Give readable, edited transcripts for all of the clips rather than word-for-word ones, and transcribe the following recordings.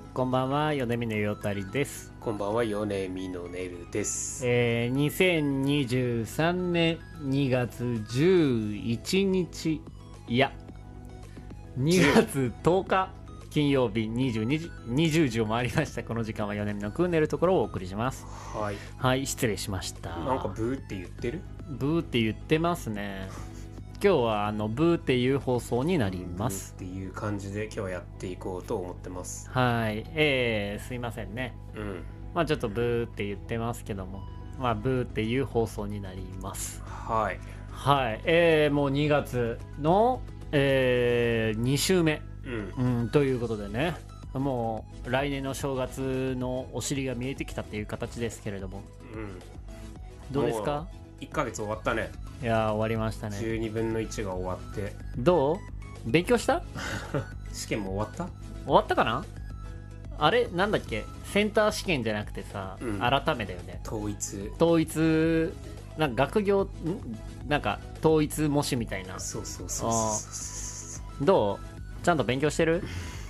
こんばんは、米峰よたりです。 こんばんは、米見のねるです。 2023年2月11日、いや、2月10日、金曜日20時を回りました。この時間は米見のクーネルところをお送りします。 はい。 はい、失礼しました。 なんかブーって言ってる？ ブーって言ってますね。今日はブーっていう放送になります。 ブーっていう感じで今日はやっていこうと思ってます。 はい、すいませんね。まあちょっとブーって言ってますけども、まあブーっていう放送になります。 はい。 はい、もう2月の、2週目、ということでね、もう来年の正月のお尻が見えてきたっていう形ですけれども、どうですか ？1ヶ月終わったね。 いや終わりましたね。 12分の1が終わって。 どう？勉強した？ 試験も終わった？ 終わったかな？あれなんだっけ、センター試験じゃなくてさ、改めだよね。統一なんか学業なんか統一模試みたいな。 そう。 どう？ちゃんと勉強してる？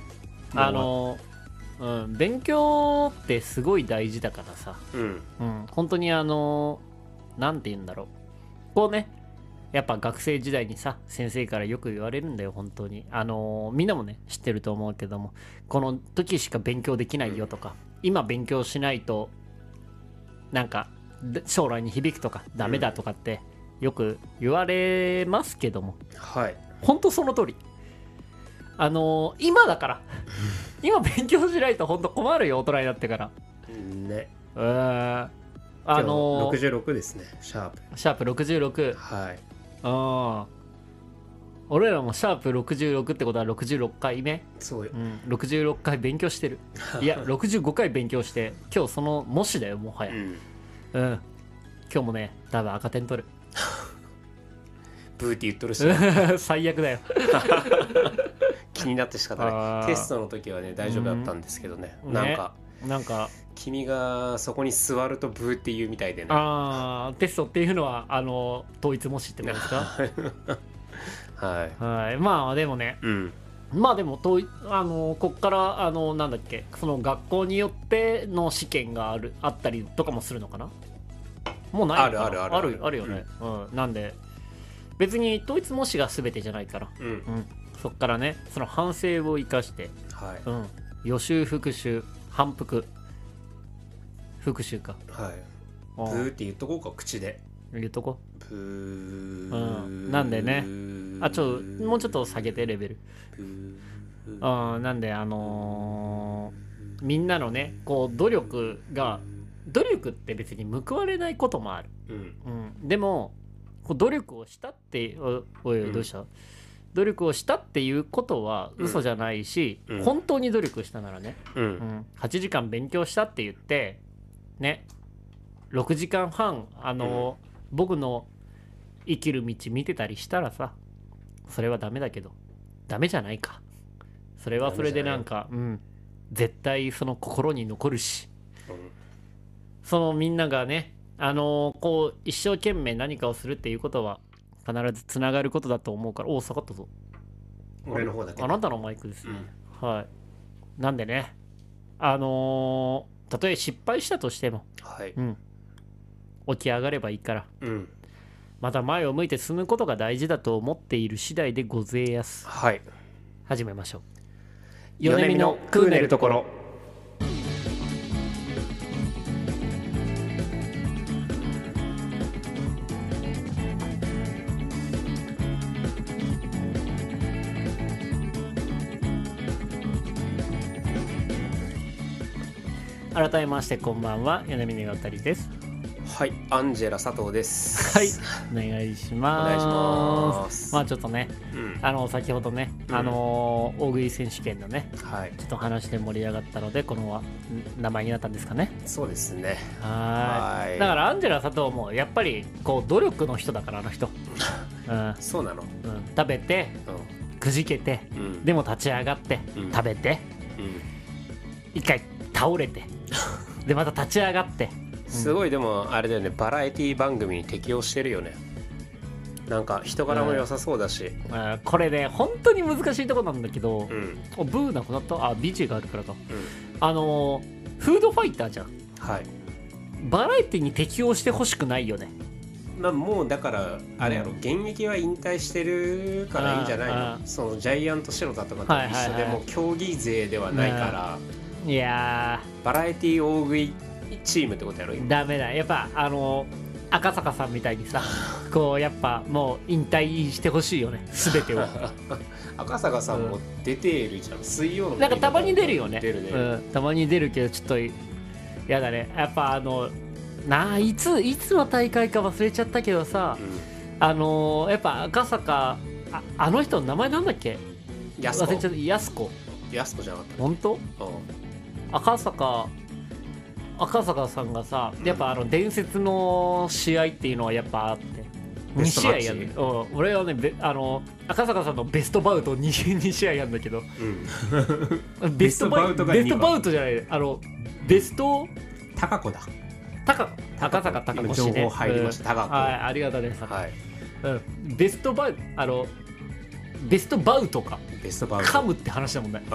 勉強ってすごい大事だからさ、本当になんて言うんだろう、こうね、やっぱ学生時代にさ先生からよく言われるんだよ、本当に。みんなもね知ってると思うけども、この時しか勉強できないよとか、今勉強しないとなんか将来に響くとかダメだとかってよく言われますけども、 はい、 本当その通り。今だから今勉強しないと本当困るよ、大人になってからね。66ですね。シャープ 66。はい。俺らもシャープ66ってことは66回目。 そうよ、 66回勉強してる。いや65回勉強して今日その模試だよ、もはや。今日もね多分赤点取る。 ブーって言っとるし最悪だよ。 気になって仕方ない。テストの時はね大丈夫だったんですけどね、なんか君がそこに座るとブーって言うみたいでね。 テストっていうのは統一模試ってことですか？はい。まあでもね、まあでもこっからなんだっけ、その学校によっての試験があったりとかもするのかな？もうないのかな？あるよね。なんで別に統一模試が全てじゃないから、そっからねその反省を生かして、予習復習反復復習か。 はい。ブーって言っとこうか、口で言っとこう。 ブー、 なんでね、もうちょっと下げてレベル。なんでみんなのねこう努力って別に報われないこともある。でも努力をしたっておいどうした？努力をしたっていうことは嘘じゃないし、本当に努力したならね、8時間勉強したって言ってね、6時間半僕の生きる道見てたりしたらさ、それはダメだけど、ダメじゃないか。それはそれでなんか絶対その心に残るし、そのみんながねこう一生懸命何かをするっていうことは必ずつながることだと思うから。下がったぞ。 俺の方だけ。 あなたのマイクですね。はい。なんでね、たとえ失敗したとしても、起き上がればいいから、また前を向いて進むことが大事だと思っている次第でごぜやす。 はい。 始めましょう。米見のクーネルところ。改めましてこんばんは、米峰よたりです。 はい、アンジェラ佐藤です。 はい、お願いします。まあちょっとね、先ほどね、大食い選手権のね、ちょっと話で盛り上がったのでこの名前になったんですかね。 そうですね。 はい。だからアンジェラ佐藤もやっぱりこう努力の人だから、あの人。 そうなの。 食べて、くじけて、でも立ち上がって、食べて、一回倒れて、でまた立ち上がって。 すごい。でもあれだよね、バラエティ番組に適応してるよね。なんか人柄も良さそうだし、 これね本当に難しいところなんだけど、ブーなくなった。BG があるからか。 フードファイターじゃん。 はい。 バラエティに適応してほしくないよね。 まあもうだからあれやろ、現役は引退してるからいいんじゃないの。そのジャイアント白田とかと一緒でもう競技勢ではないから、 いやバラエティ大食いチームってことやろ。 ダメだ、やっぱ赤坂さんみたいにさこうやっぱもう引退してほしいよね、全てを。 赤坂さんも出てるじゃん、水曜のなんかたまに出るよね。 出るね、 たまに出るけどちょっとやだね。やっぱいつの大会か忘れちゃったけどさ、やっぱ赤坂あの人の名前なんだっけ、忘れちゃった。やす子じゃなかった。 本当？赤坂さんがさ、やっぱ伝説の試合っていうのはやっぱあって2試合やる。俺はね赤坂さんのベストバウト 2試合やるんだけど、ベストバウトじゃない、ベスト高子だ。 赤坂高子ね。 情報入りました。高子。 はい、ありがとうございます。 はい。 ベストバウトか。 ベストバウト。 噛むって話だもんね。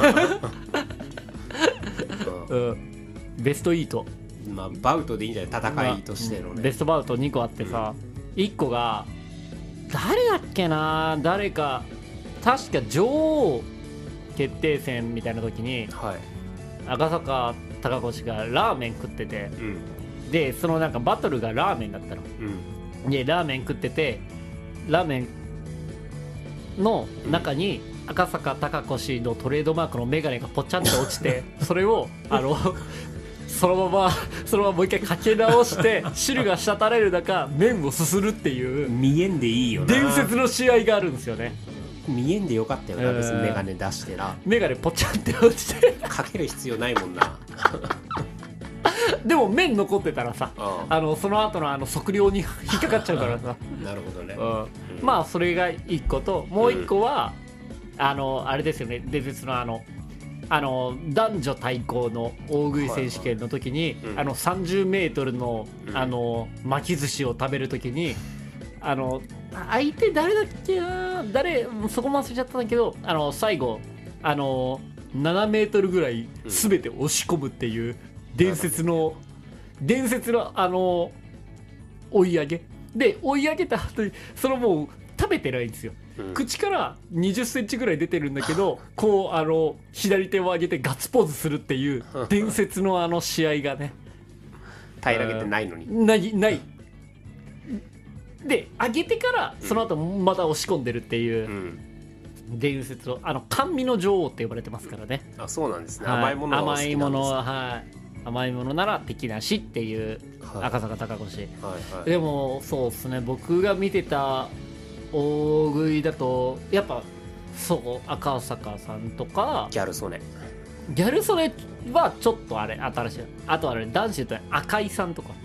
ベストイート。 まあバウトでいいんじゃない、戦いとしてのね。 ベストバウト2個あってさ、1個が誰だっけな、誰か確か女王決定戦みたいな時に、赤坂高子氏がラーメン食ってて、でそのなんかバトルがラーメンだったの、でラーメン食ってて、ラーメンの中に赤坂高子氏のトレードマークのメガネがポチャンって落ちてそれをそのままもう一回かけ直して汁が滴れる中麺をすするっていう見えんでいいよな伝説の試合があるんですよね。 見えんでよかったよな、別にメガネ出してな、 メガネポチャンって落ちてかける必要ないもんな。 でも麺残ってたらさ、その後の測量に引っかかっちゃうからさ。 なるほどね。 まあそれが1個と、もう1個は、あれですよね、伝説の男女対抗の大食い選手権の時に、30メートルの巻き寿司を食べる時に、相手誰だっけな、そこも忘れちゃったんだけど、最後7メートルぐらい全て押し込むっていう伝説の追い上げで、追い上げた後にそのもう食べてないんですよ、口から20センチぐらい出てるんだけど、こう左手を上げてガッツポーズするっていう伝説の試合がね、 平らげてないのにないで、上げてからその後また押し込んでるっていう伝説の甘味の女王って呼ばれてますからね。 あ、そうなんですね。甘いものは好きなんですね。 甘いものなら敵なしっていう赤坂高子氏、でもそうですね、僕が見てた大食いだとやっぱそう赤坂さんとかギャル曽根はちょっと新しい。あと男子だと赤井さんとか、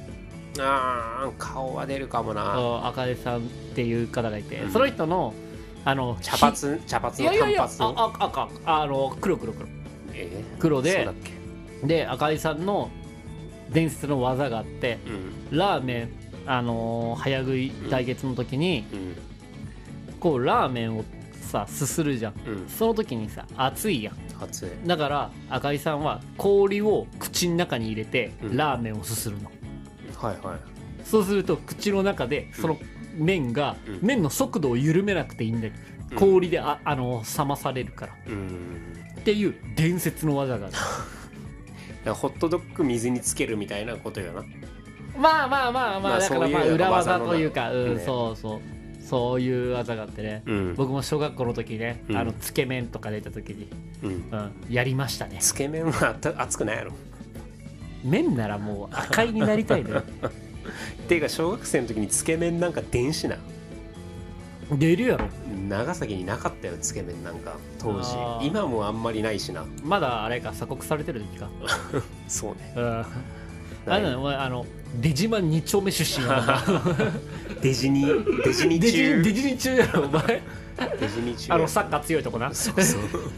顔は出るかもな。 赤井さんっていう方がいて、その人の茶髪の短髪の黒で、で赤井さんの伝説の技があって、ラーメン早食い対決の時に、こうラーメンをさすするじゃん、その時にさ熱いやん。だから赤井さんは氷を口の中に入れてラーメンをすするの、そうすると口の中でその麺の速度を緩めなくていいんだけど、氷で冷まされるから、っていう伝説の技がある。 ホットドッグ水につけるみたいなことよな。 まあだから裏技というか、そういう技があってね、僕も小学校の時ね、つけ麺とか出た時に、やりましたね。 つけ麺は熱くないやろ。 麺ならもう赤いになりたいのよ。 ていうか小学生の時につけ麺なんか電子な出るやろ。 長崎になかったよ、つけ麺なんか当時。今もあんまりないしな。 まだあれか、鎖国されてる時か。 そうね。 あれだね、お前出島2丁目出身やな。 出死に中やろお前。 出死に中。 サッカー強いとこな。そうそう。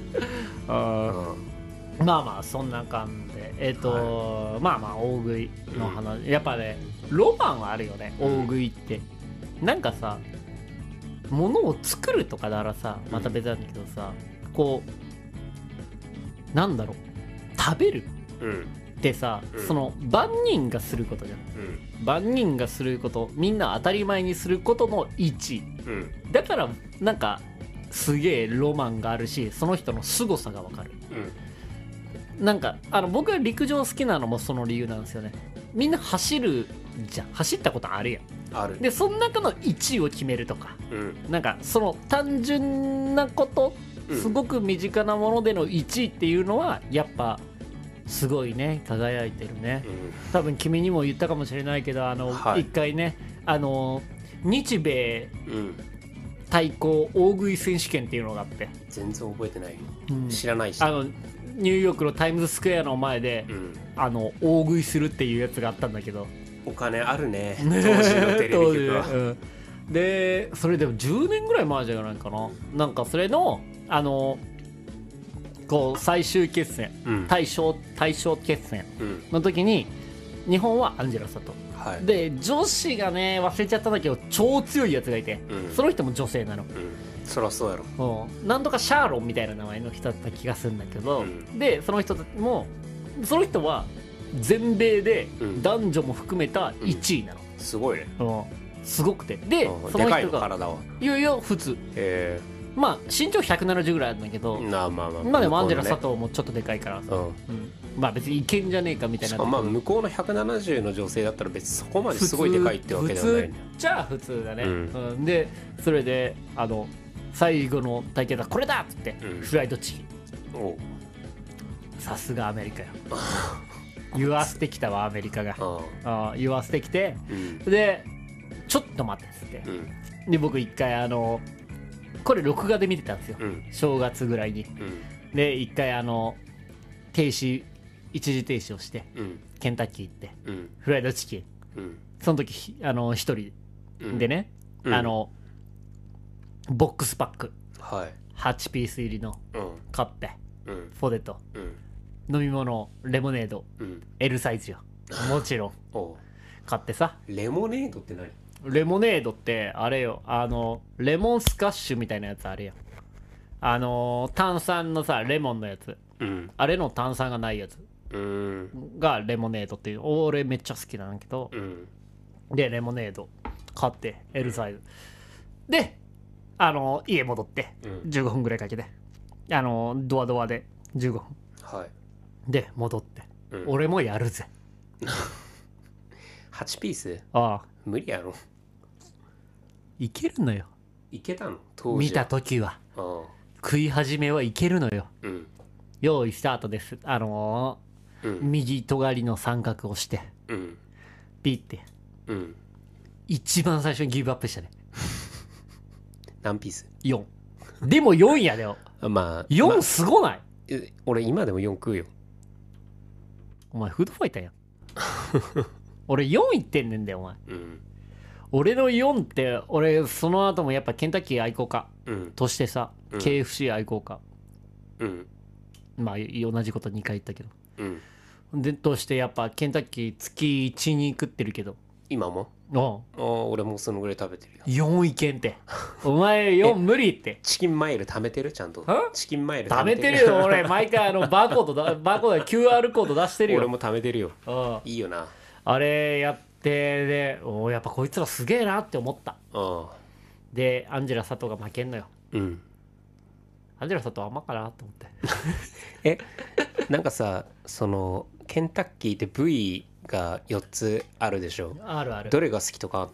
まあそんな感じで、まあ大食いの話、やっぱねロマンはあるよね、大食いって。なんかさ、物を作るとかならさまた別なんだけどさ、こうなんだろう、 食べるうんってさ、その万人がすることじゃん、万人がすること、みんな当たり前にすることの一、だからなんかすげえロマンがあるし、その人の凄さが分かる、なんか僕が陸上好きなのもその理由なんですよね。みんな走るじゃん、走ったことあるやん、 ある。 でその中の1位を決めるとか、なんかその単純なこと、すごく身近なものでの1位っていうのはやっぱすごいね、輝いてるね、多分君にも言ったかもしれないけど一回ね日米対抗大食い選手権っていうのがあって、 全然覚えてない、知らないし、 ニューヨークのタイムズスクエアの前で、大食いするっていうやつがあったんだけど、 お金あるね当時のテレビ局は、 でそれでも10年ぐらい前じゃないかな、なんかそれのこう最終決戦、対象決戦の時に、日本はアンジェラ・サト、で女子がね忘れちゃったんだけど超強いやつがいて、その人も女性なの、 そりゃそうやろ、 なんとかシャーロンみたいな名前の人だった気がするんだけど、でその人は全米で男女も含めた1位なの、 すごいね、 すごくて、でその人が体は、 いやいや普通、まあ身長170ぐらいあるんだけど、まあでもアンジェラ佐藤もちょっとでかいから、まあ別にいけんじゃねえかみたいな。 まあ向こうの170の女性だったら別にそこまですごいでかいってわけではないね。 普通じゃあ普通だね、でそれで最後の対決はこれだっつって、フライドチキン、さすがアメリカよ言わせてきたわアメリカが、言わせてきて、でちょっと待ってっつって、で僕一回これ録画で見てたんですよ、正月ぐらいに、で一回一時停止をして、ケンタッキー行って、フライドチキン、その時一人でね、ボックスパック、8ピース入りの買って、ポテト、飲み物レモネード、L サイズよもちろん買ってさ。 レモネードって何？ レモネードってあれよ、レモンスカッシュみたいなやつあれやん、炭酸のさレモンのやつ、あれの炭酸がないやつがレモネードっていう、俺めっちゃ好きなんだけど、でレモネード買って L サイズで家戻って15分ぐらいかけて、ドアドアで15分、で戻って、俺もやるぜ 8ピース？ ああ無理やろ。 いけるのよ、 いけたの当時見た時は。食い始めはいけるのよ、用意スタートです、右尖りの三角をして、ピッて、一番最初にギブアップしたね何ピース ？4。でも4やでよまあ 4すごない？ 俺今でも4食うよ。 お前フードファイターやん俺4いってんねんだよお前、俺の4って俺その後もやっぱケンタッキー愛好家としてさ、KFC 愛好家、まあ同じこと2回言ったけど、でとしてやっぱケンタッキー月1に食ってるけど、 今も？俺もそのぐらい食べてるよ。 4いけんってお前4無理って。 チキンマイル貯めてる？ちゃんとチキンマイル貯めてるよ俺毎回バーコードQR コード出してるよ。 俺も貯めてるよ。いいよなあれやって、でやっぱこいつらすげえなって思った。でアンジェラ佐藤が負けんのよ。アンジェラ佐藤甘かなと思ってなんかさ、そのケンタッキーって部位が4つあるでしょ。 あるある。 どれが好きとか？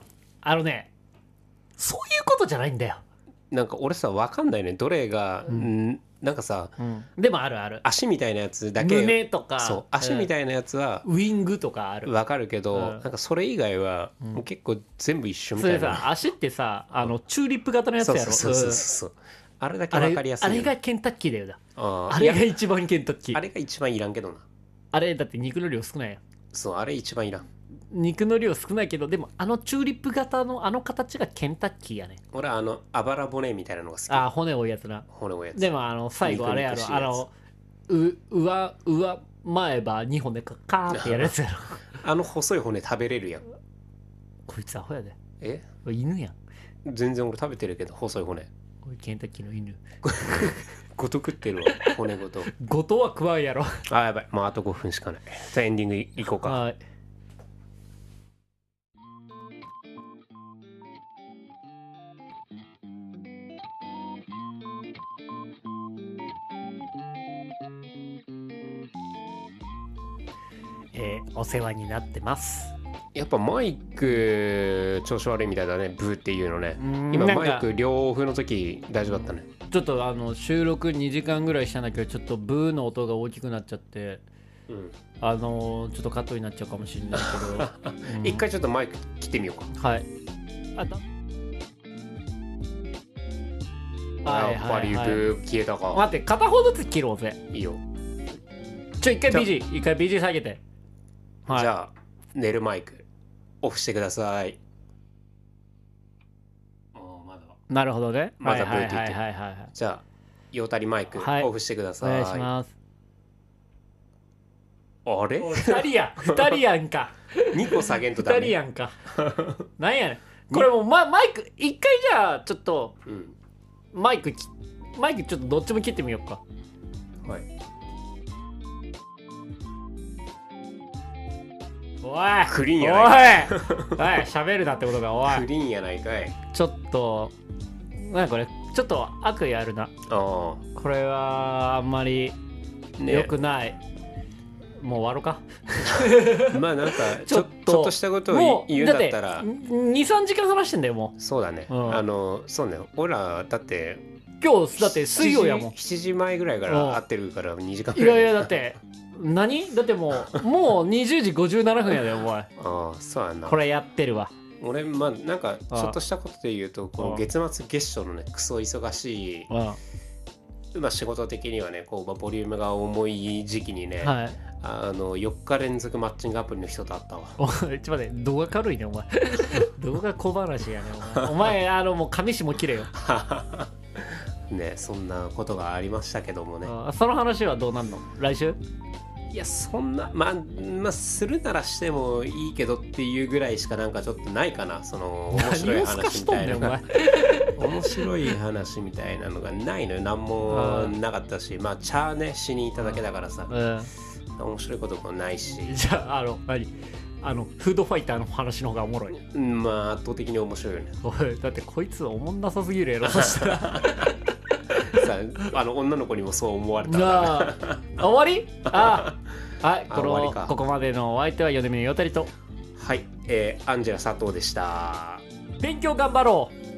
そういうことじゃないんだよ。 なんか俺さ分かんないね、どれが、なんかさ、 でもあるある。 足みたいなやつだけ、 胸とか、 そう足みたいなやつはウイングとかある。 分かるけど、なんかそれ以外は結構全部一緒みたいな。 それさ、足ってさチューリップ型のやつやろ。 そうあれだけ分かりやすい。 あれがケンタッキーだよだ。あれが一番ケンタッキー。 あれが一番いらんけどな。 あれだって肉の量少ないやん。 そうあれ一番いらん。 肉の量少ないけど、でもチューリップ型の形がケンタッキーやね。 俺あばら骨みたいなのが好き。 骨多いやつな。 骨多いやつ。 でも最後あれやろ、上前歯2本でカーってやるやつやろ細い骨食べれるやん。 こいつアホやで。 え？ 犬やん。 全然俺食べてるけど細い骨。 おいケンタッキーの犬ごと食ってるわ骨ごと。 ごとは食わんやろ。 あやばい、もうあと5分しかない。じゃあエンディングいこうか。 はい。お世話になってます。 やっぱマイク調子悪いみたいだね、ブーっていうのね。今マイク両オフの時大丈夫だったね。 ちょっと収録2時間ぐらいしたんだけど、ちょっとブーの音が大きくなっちゃって、ちょっとカットになっちゃうかもしれないけど一回ちょっとマイク切ってみようか。 はい。 やっぱりブー消えたか。 待って、片方ずつ切ろうぜ。 いいよ。 一回 BG 下げて。 はい、じゃあ寝るマイクオフしてください。 まだなるほどね。 まだブーって言って、じゃあヨタリマイクオフしてください。 お願いします。 あれ 2人やんか 2個下げんとダメ。 2人やんかなんやねんこれ。もう、マイク一回じゃあちょっと、マイクちょっとどっちも切ってみようか。 はい。 おいクリーンやないかい。 おい喋るなってことか。おいクリーンやないかい。 ちょっとなんかこれちょっと悪意あるな。これはあんまり良くない、もう終わろうかまあなんかちょっとしたことを言うんだったら 2,3 時間話してんだよもう。そうだね、そうね。俺らだって今日だって水曜やもん。 7時前ぐらいから会ってるから2時間ぐらい。 いやだってだってもう20時57分やでお前。 そうやな。 これやってるわ俺。まあなんかちょっとしたことで言うと、この月末月初のねクソ忙しい、仕事的にはねこうボリュームが重い時期にね、4日連続マッチングアプリの人と会ったわ。 ちょっと待って、動画軽いねお前動画小話やねお前もう上下切れよね。そんなことがありましたけどもね。 その話はどうなんの？来週？ いやそんなまあするならしてもいいけどっていうぐらいしかなんかちょっとないかな。その面白い話みたいなのが面白い話みたいなのがないのよ。何もなかったし、茶ねしに行っただけだからさ、面白いこともないし。 じゃあフードファイターの話の方がおもろい。 圧倒的に面白いよね。 だってこいつおもんなさすぎるやろそしたらさ女の子にもそう思われたら終わり？はい、ここまでのお相手はよでみのよたりと、 はい、アンジェラ佐藤でした。 勉強頑張ろう。